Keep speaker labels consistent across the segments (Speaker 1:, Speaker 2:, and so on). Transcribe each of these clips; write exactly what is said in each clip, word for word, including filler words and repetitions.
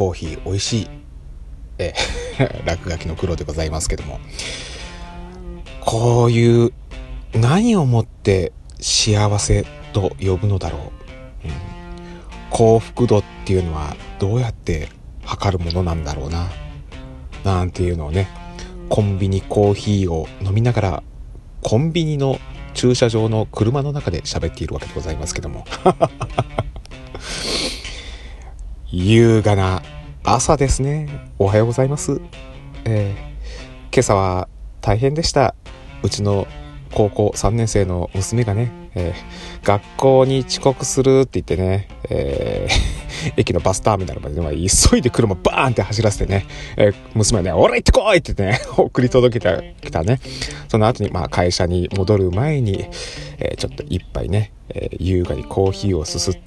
Speaker 1: コーヒー美味しい、え落書きの黒でございますけども、こういう何をもって幸せと呼ぶのだろう、うん、幸福度っていうのはどうやって測るものなんだろうな、なんていうのをね、コンビニコーヒーを飲みながらコンビニの駐車場の車の中で喋っているわけでございますけども優雅な朝ですね。おはようございます、えー、今朝は大変でした。うちの高校さんねん生の娘がね、えー、学校に遅刻するって言ってね、えー、駅のバスターミナルまで、ね、急いで車バーンって走らせてね、えー、娘はね、俺行ってこいって言ってね送り届けてきたね。その後にまあ会社に戻る前に、えー、ちょっと一杯ね、えー、優雅にコーヒーをすすって、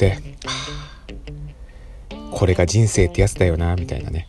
Speaker 1: これが人生ってやつだよなみたいなね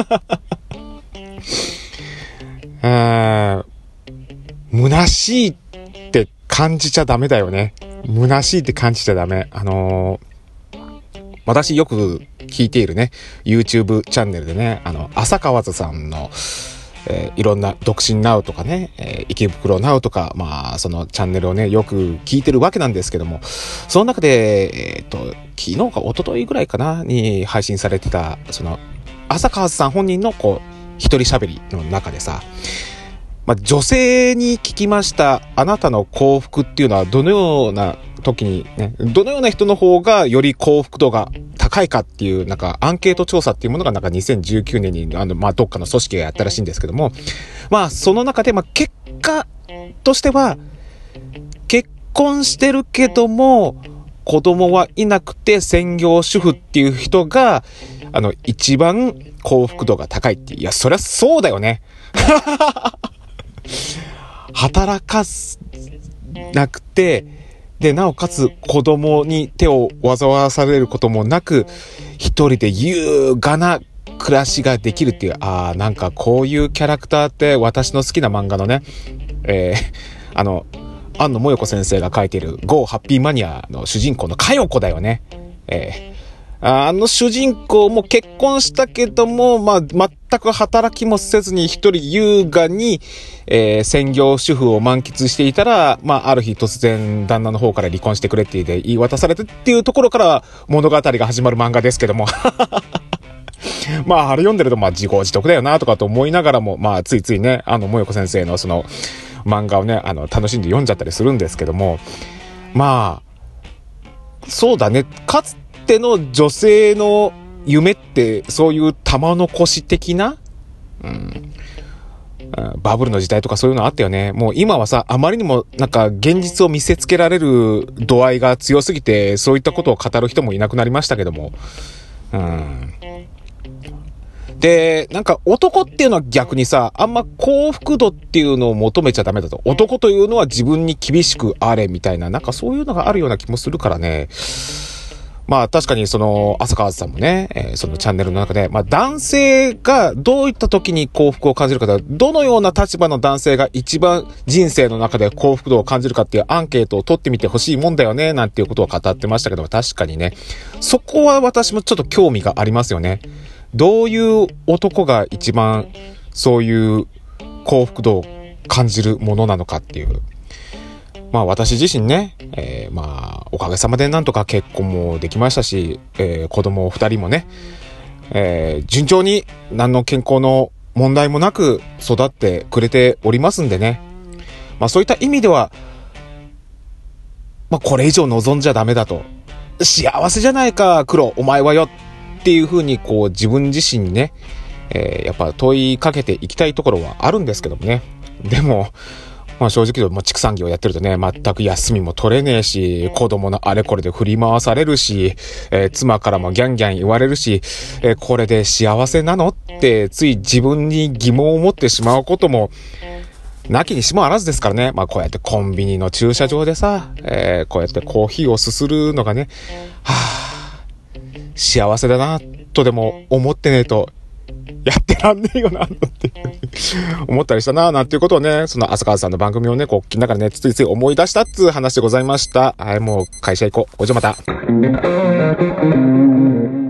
Speaker 1: あー、虚しいって感じちゃダメだよね。虚しいって感じちゃダメ。あのー、私よく聞いているね YouTube チャンネルでね、あの浅川津さんの、えー、いろんな独身ナウとかね、えー、池袋ナウとか、まあそのチャンネルをねよく聞いてるわけなんですけども、その中でえっと昨日か一昨日ぐらいかなに配信されてたその浅川津さん本人のこう一人喋りの中でさ、まあ、女性に聞きました。あなたの幸福っていうのはどのような時にね、どのような人の方がより幸福度が高いかっていうなんかアンケート調査っていうものがなんかにせんじゅうきゅうねんにあのまあどっかの組織がやったらしいんですけども、まあその中でまあ結果としては結婚してるけども子供はいなくて専業主婦っていう人があの一番幸福度が高いっていう。いやそりゃそうだよね働かなくてでなおかつ子供に手を煩わされることもなく一人で優雅な暮らしができるっていう、あーなんかこういうキャラクターって私の好きな漫画のね、えー、あの庵野もよこ先生が書いている Go ハッピーマニアの主人公のかよこだよね。えーあの主人公も結婚したけども、まあ、全く働きもせずに一人優雅に、えー、専業主婦を満喫していたら、まあ、ある日突然旦那の方から離婚してくれって言い渡されてっていうところから物語が始まる漫画ですけども。まあ、あれ読んでると、まあ、自業自得だよなとかと思いながらも、まあ、ついついね、あの、もよこ先生のその漫画をね、あの、楽しんで読んじゃったりするんですけども、まあ、そうだね、かつっての女性の夢ってそういう玉の腰的な、うん、バブルの時代とかそういうのあったよね。もう今はさ、あまりにもなんか現実を見せつけられる度合いが強すぎてそういったことを語る人もいなくなりましたけども、うん、でなんか男っていうのは逆にさ、あんま幸福度っていうのを求めちゃダメだと。男というのは自分に厳しくあれみたいな、なんかそういうのがあるような気もするからね。まあ確かにその浅川さんもね、えー、そのチャンネルの中で、まあ男性がどういった時に幸福を感じるか、どのような立場の男性が一番人生の中で幸福度を感じるかっていうアンケートを取ってみてほしいもんだよね、なんていうことを語ってましたけども、確かにね、そこは私もちょっと興味がありますよね。どういう男が一番そういう幸福度を感じるものなのかっていう。まあ私自身ね、えー、まあおかげさまでなんとか結婚もできましたし、えー、子供二人もね、えー、順調に何の健康の問題もなく育ってくれておりますんでね。まあそういった意味では、まあこれ以上望んじゃダメだと。幸せじゃないか、黒、お前はよっていうふうにこう自分自身にね、えー、やっぱ問いかけていきたいところはあるんですけどもね。でも、まあ正直言うと、まあ、畜産業やってるとね、全く休みも取れねえし、子供のあれこれで振り回されるし、えー、妻からもギャンギャン言われるし、えー、これで幸せなのってつい自分に疑問を持ってしまうこともなきにしもあらずですからね。まあこうやってコンビニの駐車場でさ、えー、こうやってコーヒーをすするのがね、はぁ、幸せだなとでも思ってねえとやってらんねえよなって思ったりしたななんていうことをね、その浅川さんの番組をねこう聞きながらねついつい思い出したっつう話でございました。はい、もう会社行こう。おじゃまた。